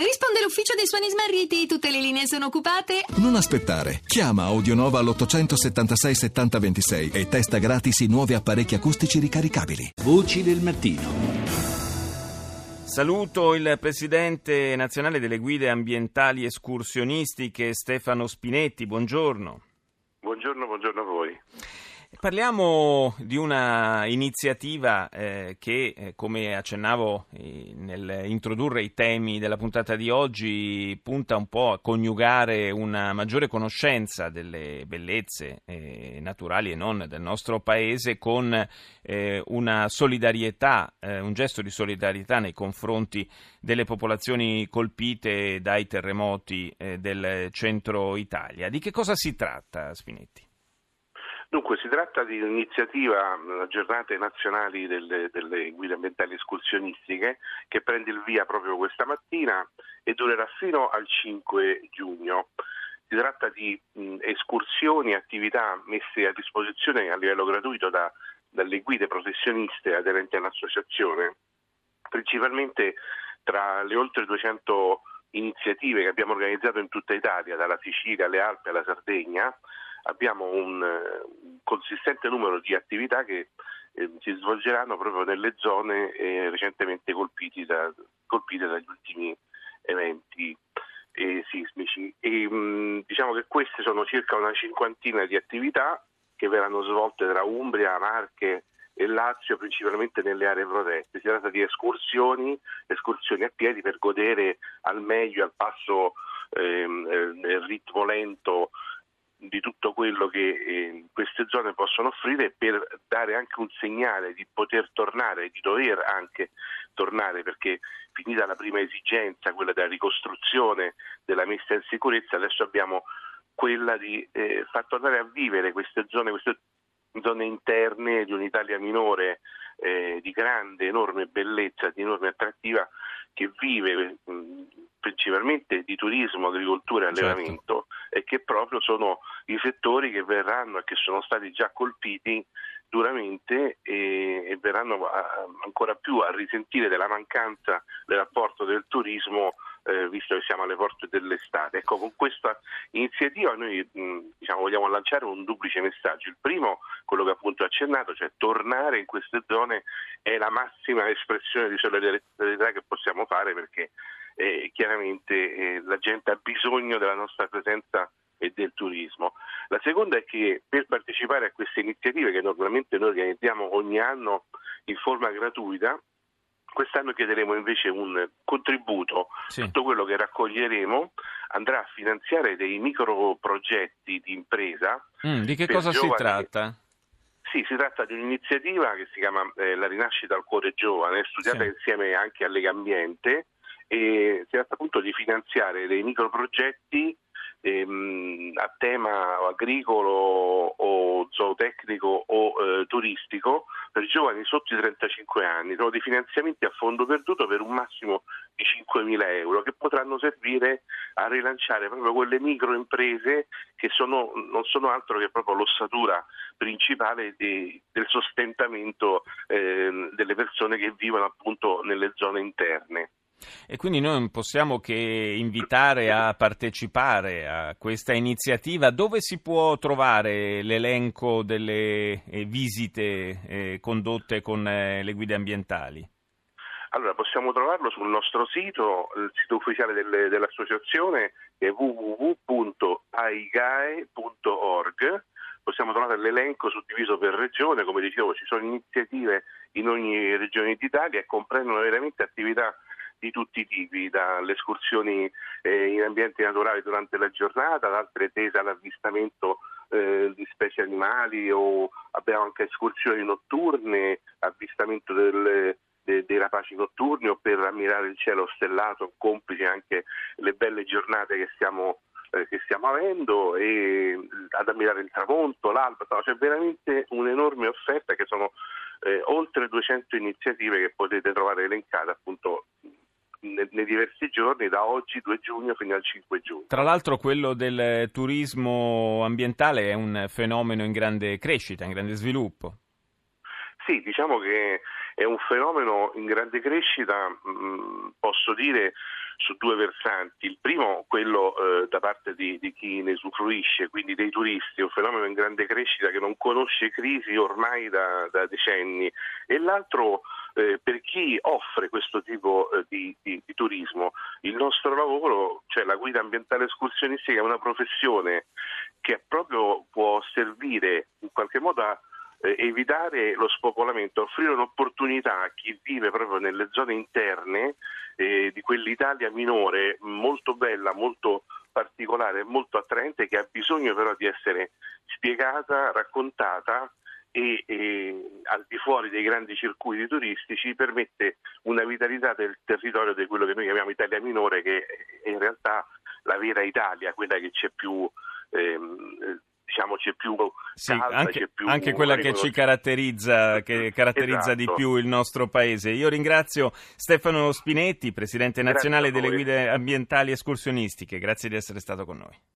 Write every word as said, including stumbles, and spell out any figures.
Risponde l'ufficio dei suoni smarriti, tutte le linee sono occupate. Non aspettare, chiama Audionova all'ottocentosettantasei settanta ventisei e testa gratis i nuovi apparecchi acustici ricaricabili. Voci del mattino. Saluto il presidente nazionale delle guide ambientali escursionistiche Stefano Spinetti, buongiorno. Buongiorno, buongiorno a voi. Parliamo di una iniziativa eh, che, eh, come accennavo eh, nel introdurre i temi della puntata di oggi, punta un po' a coniugare una maggiore conoscenza delle bellezze eh, naturali e non del nostro paese con eh, una solidarietà, eh, un gesto di solidarietà nei confronti delle popolazioni colpite dai terremoti eh, del centro Italia. Di che cosa si tratta, Spinetti? Dunque, si tratta di un'iniziativa, la giornate nazionali delle, delle guide ambientali escursionistiche, che prende il via proprio questa mattina e durerà fino al cinque giugno. Si tratta di mh, escursioni, attività messe a disposizione a livello gratuito da, dalle guide professioniste aderenti all'associazione, principalmente tra le oltre duecento iniziative che abbiamo organizzato in tutta Italia, dalla Sicilia alle Alpi alla Sardegna. Abbiamo un uh, consistente numero di attività che eh, si svolgeranno proprio nelle zone eh, recentemente colpiti da, colpite dagli ultimi eventi eh, sismici. E, mh, diciamo che queste sono circa una cinquantina di attività che verranno svolte tra Umbria, Marche e Lazio, principalmente nelle aree protette. Si tratta di escursioni, escursioni a piedi per godere al meglio, al passo, ehm, nel ritmo lento di tutto quello che eh, queste zone possono offrire, per dare anche un segnale di poter tornare, di dover anche tornare, perché finita la prima esigenza, quella della ricostruzione, della messa in sicurezza, adesso abbiamo quella di eh, far tornare a vivere queste zone, queste zone interne di un'Italia minore eh, di grande, enorme bellezza, di enorme attrattiva, che vive mh, principalmente di turismo, agricoltura e allevamento, certo, e che proprio sono i settori che verranno e che sono stati già colpiti duramente e, e verranno a, ancora più a risentire della mancanza dell'apporto del turismo, eh, visto che siamo alle porte dell'estate. Ecco, con questa iniziativa noi mh, diciamo, vogliamo lanciare un duplice messaggio. Il primo, quello che appunto ho accennato, cioè tornare in queste zone è la massima espressione di solidarietà che possiamo fare, perché eh, chiaramente eh, la gente ha bisogno della nostra presenza e del turismo. La seconda è che per partecipare a queste iniziative, che normalmente noi organizziamo ogni anno in forma gratuita, quest'anno chiederemo invece un contributo. Sì. Tutto quello che raccoglieremo andrà a finanziare dei microprogetti di impresa. Mm, di che cosa giovani. si tratta? Sì, si tratta di un'iniziativa che si chiama eh, La rinascita al cuore giovane, studiata sì. insieme anche a Legambiente, e si tratta appunto di finanziare dei microprogetti ehm, a tema agricolo o zootecnico o eh, turistico per giovani sotto i trentacinque anni. Sono dei finanziamenti a fondo perduto per un massimo di cinquemila euro, che potranno servire a rilanciare proprio quelle microimprese che sono, non sono altro che proprio l'ossatura principale di, del sostentamento eh, delle persone che vivono appunto nelle zone interne. E quindi noi non possiamo che invitare a partecipare a questa iniziativa. Dove si può trovare l'elenco delle eh, visite eh, condotte con eh, le guide ambientali? Allora, possiamo trovarlo sul nostro sito, il sito ufficiale delle, dell'associazione è w w w punto aigae punto org. Possiamo trovare l'elenco suddiviso per regione. Come dicevo, ci sono iniziative in ogni regione d'Italia e comprendono veramente attività di tutti i tipi, dalle escursioni eh, in ambienti naturali durante la giornata, ad altre tese all'avvistamento eh, di specie animali, o abbiamo anche escursioni notturne, avvistamento del, de, dei rapaci notturni, o per ammirare il cielo stellato, complice anche le belle giornate che stiamo eh, che stiamo avendo, e ad ammirare il tramonto, l'alba. No, c'è veramente un'enorme offerta, che sono eh, oltre duecento iniziative che potete trovare elencate appunto nei diversi giorni, da oggi due giugno fino al cinque giugno. Tra l'altro quello del turismo ambientale è un fenomeno in grande crescita, in grande sviluppo. Sì, diciamo che è un fenomeno in grande crescita, mh, posso dire su due versanti. Il primo, quello eh, da parte di, di chi ne usufruisce, quindi dei turisti, un fenomeno in grande crescita che non conosce crisi ormai da, da decenni, e l'altro eh, per chi offre questo tipo eh, di, di, di turismo. Il nostro lavoro, cioè la guida ambientale escursionistica, è una professione che proprio può servire in qualche modo a eh, evitare lo spopolamento, offrire un'opportunità a chi vive proprio nelle zone interne eh, di quell'Italia minore, molto bella, molto particolare, molto attraente, che ha bisogno però di essere spiegata, raccontata e, e al di fuori dei grandi circuiti turistici permette una vitalità del territorio di quello che noi chiamiamo Italia minore, che è in realtà la vera Italia, quella che c'è più ehm, diciamo c'è più sì, calda, anche, c'è più anche quella che ci caratterizza, che caratterizza esatto. di più il nostro paese. Io ringrazio Stefano Spinetti, presidente nazionale delle guide ambientali escursionistiche. Grazie di essere stato con noi.